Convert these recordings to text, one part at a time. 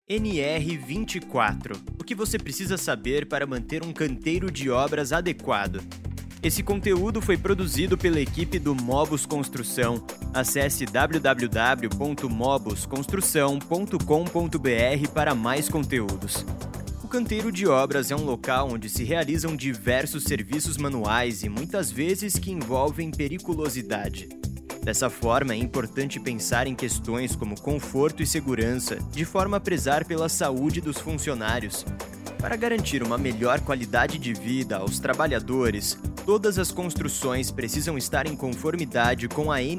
NR24. O que você precisa saber para manter um canteiro de obras adequado? Esse conteúdo foi produzido pela equipe do Mobus Construção. Acesse www.mobusconstrução.com.br para mais conteúdos. O canteiro de obras é um local onde se realizam diversos serviços manuais e muitas vezes que envolvem periculosidade. Dessa forma, é importante pensar em questões como conforto e segurança, de forma a prezar pela saúde dos funcionários. Para garantir uma melhor qualidade de vida aos trabalhadores, todas as construções precisam estar em conformidade com a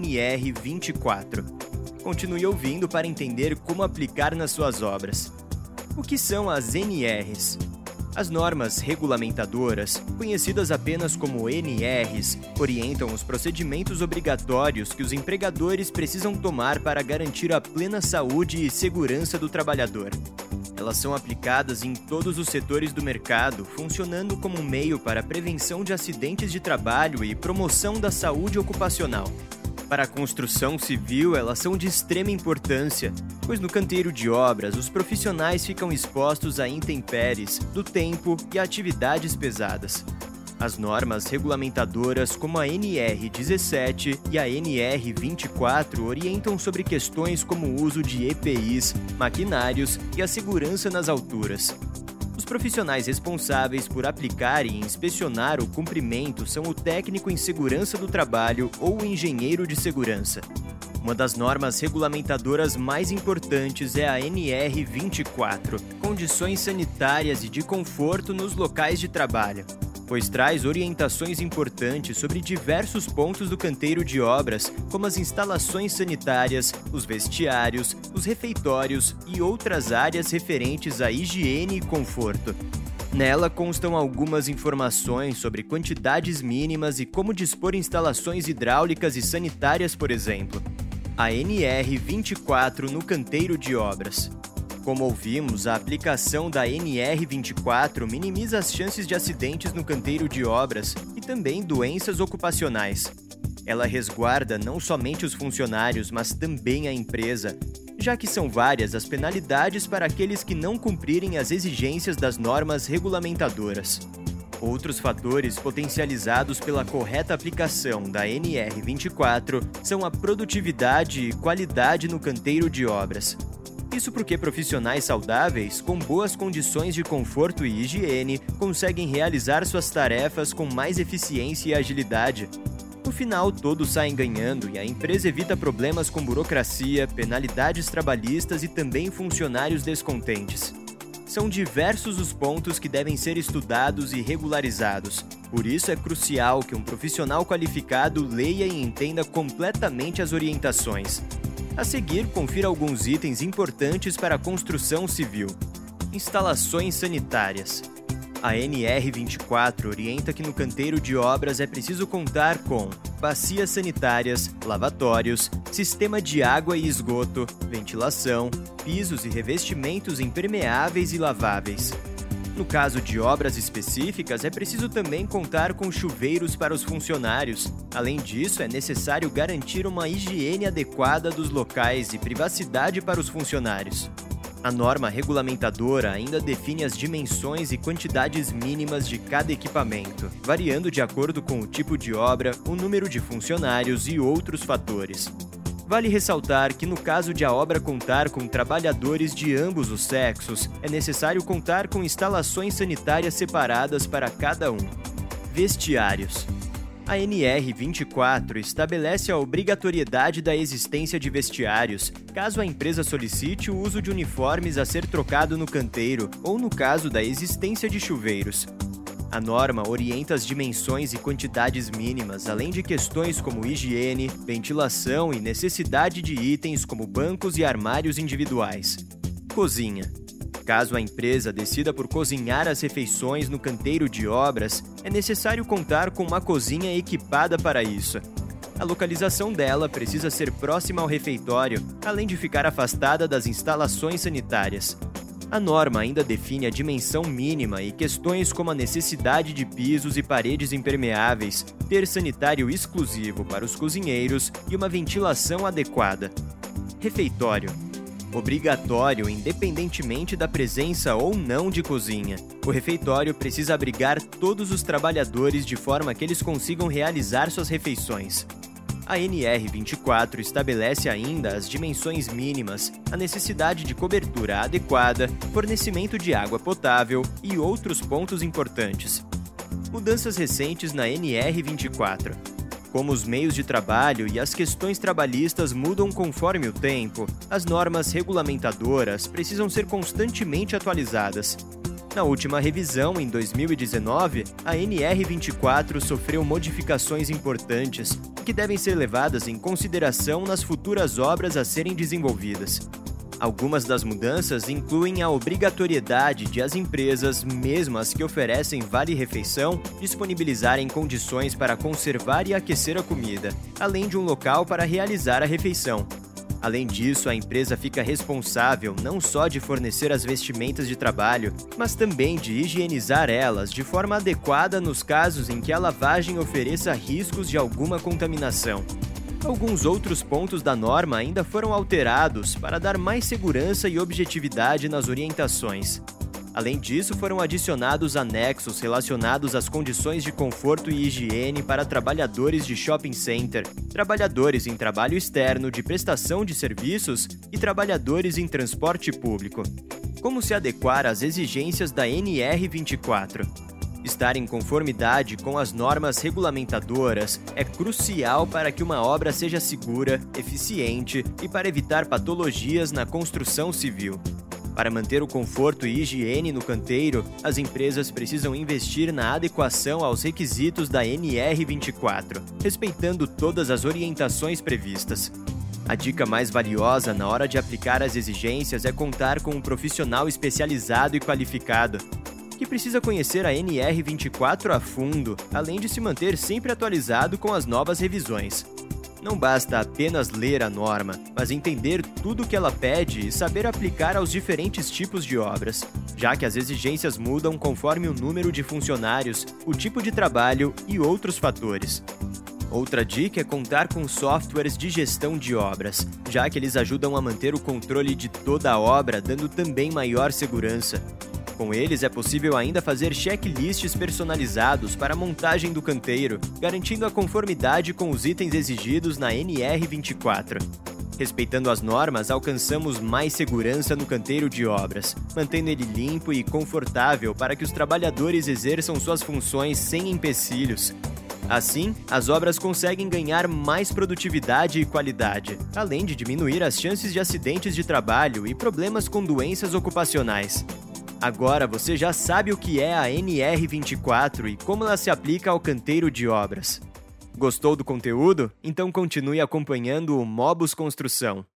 NR24. Continue ouvindo para entender como aplicar nas suas obras. O que são as NRs? As normas regulamentadoras, conhecidas apenas como NRs, orientam os procedimentos obrigatórios que os empregadores precisam tomar para garantir a plena saúde e segurança do trabalhador. Elas são aplicadas em todos os setores do mercado, funcionando como um meio para a prevenção de acidentes de trabalho e promoção da saúde ocupacional. Para a construção civil, elas são de extrema importância, pois no canteiro de obras, os profissionais ficam expostos a intempéries, do tempo e a atividades pesadas. As normas regulamentadoras, como a NR17 e a NR24, orientam sobre questões como o uso de EPIs, maquinários e a segurança nas alturas. Os profissionais responsáveis por aplicar e inspecionar o cumprimento são o técnico em segurança do trabalho ou o engenheiro de segurança. Uma das normas regulamentadoras mais importantes é a NR24, Condições Sanitárias e de Conforto nos Locais de Trabalho, pois traz orientações importantes sobre diversos pontos do canteiro de obras, como as instalações sanitárias, os vestiários, os refeitórios e outras áreas referentes à higiene e conforto. Nela constam algumas informações sobre quantidades mínimas e como dispor instalações hidráulicas e sanitárias, por exemplo. A NR24 no canteiro de obras. Como ouvimos, a aplicação da NR24 minimiza as chances de acidentes no canteiro de obras e também doenças ocupacionais. Ela resguarda não somente os funcionários, mas também a empresa, já que são várias as penalidades para aqueles que não cumprirem as exigências das normas regulamentadoras. Outros fatores potencializados pela correta aplicação da NR24 são a produtividade e qualidade no canteiro de obras. Isso porque profissionais saudáveis, com boas condições de conforto e higiene, conseguem realizar suas tarefas com mais eficiência e agilidade. No final, todos saem ganhando e a empresa evita problemas com burocracia, penalidades trabalhistas e também funcionários descontentes. São diversos os pontos que devem ser estudados e regularizados. Por isso é crucial que um profissional qualificado leia e entenda completamente as orientações. A seguir, confira alguns itens importantes para a construção civil. Instalações sanitárias. A NR24 orienta que no canteiro de obras é preciso contar com bacias sanitárias, lavatórios, sistema de água e esgoto, ventilação, pisos e revestimentos impermeáveis e laváveis. No caso de obras específicas, é preciso também contar com chuveiros para os funcionários. Além disso, é necessário garantir uma higiene adequada dos locais e privacidade para os funcionários. A norma regulamentadora ainda define as dimensões e quantidades mínimas de cada equipamento, variando de acordo com o tipo de obra, o número de funcionários e outros fatores. Vale ressaltar que, no caso de a obra contar com trabalhadores de ambos os sexos, é necessário contar com instalações sanitárias separadas para cada um. Vestiários. A NR24 estabelece a obrigatoriedade da existência de vestiários, caso a empresa solicite o uso de uniformes a ser trocado no canteiro ou no caso da existência de chuveiros. A norma orienta as dimensões e quantidades mínimas, além de questões como higiene, ventilação e necessidade de itens como bancos e armários individuais. Cozinha. Caso a empresa decida por cozinhar as refeições no canteiro de obras, é necessário contar com uma cozinha equipada para isso. A localização dela precisa ser próxima ao refeitório, além de ficar afastada das instalações sanitárias. A norma ainda define a dimensão mínima e questões como a necessidade de pisos e paredes impermeáveis, ter sanitário exclusivo para os cozinheiros e uma ventilação adequada. Refeitório. Obrigatório, independentemente da presença ou não de cozinha. O refeitório precisa abrigar todos os trabalhadores de forma que eles consigam realizar suas refeições. A NR24 estabelece ainda as dimensões mínimas, a necessidade de cobertura adequada, fornecimento de água potável e outros pontos importantes. Mudanças recentes na NR24. Como os meios de trabalho e as questões trabalhistas mudam conforme o tempo, as normas regulamentadoras precisam ser constantemente atualizadas. Na última revisão, em 2019, a NR24 sofreu modificações importantes que devem ser levadas em consideração nas futuras obras a serem desenvolvidas. Algumas das mudanças incluem a obrigatoriedade de as empresas, mesmo as que oferecem vale-refeição, disponibilizarem condições para conservar e aquecer a comida, além de um local para realizar a refeição. Além disso, a empresa fica responsável não só de fornecer as vestimentas de trabalho, mas também de higienizar elas de forma adequada nos casos em que a lavagem ofereça riscos de alguma contaminação. Alguns outros pontos da norma ainda foram alterados para dar mais segurança e objetividade nas orientações. Além disso, foram adicionados anexos relacionados às condições de conforto e higiene para trabalhadores de shopping center, trabalhadores em trabalho externo de prestação de serviços e trabalhadores em transporte público. Como se adequar às exigências da NR24? Estar em conformidade com as normas regulamentadoras é crucial para que uma obra seja segura, eficiente e para evitar patologias na construção civil. Para manter o conforto e higiene no canteiro, as empresas precisam investir na adequação aos requisitos da NR24, respeitando todas as orientações previstas. A dica mais valiosa na hora de aplicar as exigências é contar com um profissional especializado e qualificado, que precisa conhecer a NR24 a fundo, além de se manter sempre atualizado com as novas revisões. Não basta apenas ler a norma, mas entender tudo o que ela pede e saber aplicar aos diferentes tipos de obras, já que as exigências mudam conforme o número de funcionários, o tipo de trabalho e outros fatores. Outra dica é contar com softwares de gestão de obras, já que eles ajudam a manter o controle de toda a obra, dando também maior segurança. Com eles, é possível ainda fazer checklists personalizados para a montagem do canteiro, garantindo a conformidade com os itens exigidos na NR24. Respeitando as normas, alcançamos mais segurança no canteiro de obras, mantendo ele limpo e confortável para que os trabalhadores exerçam suas funções sem empecilhos. Assim, as obras conseguem ganhar mais produtividade e qualidade, além de diminuir as chances de acidentes de trabalho e problemas com doenças ocupacionais. Agora você já sabe o que é a NR24 e como ela se aplica ao canteiro de obras. Gostou do conteúdo? Então continue acompanhando o Mobus Construção.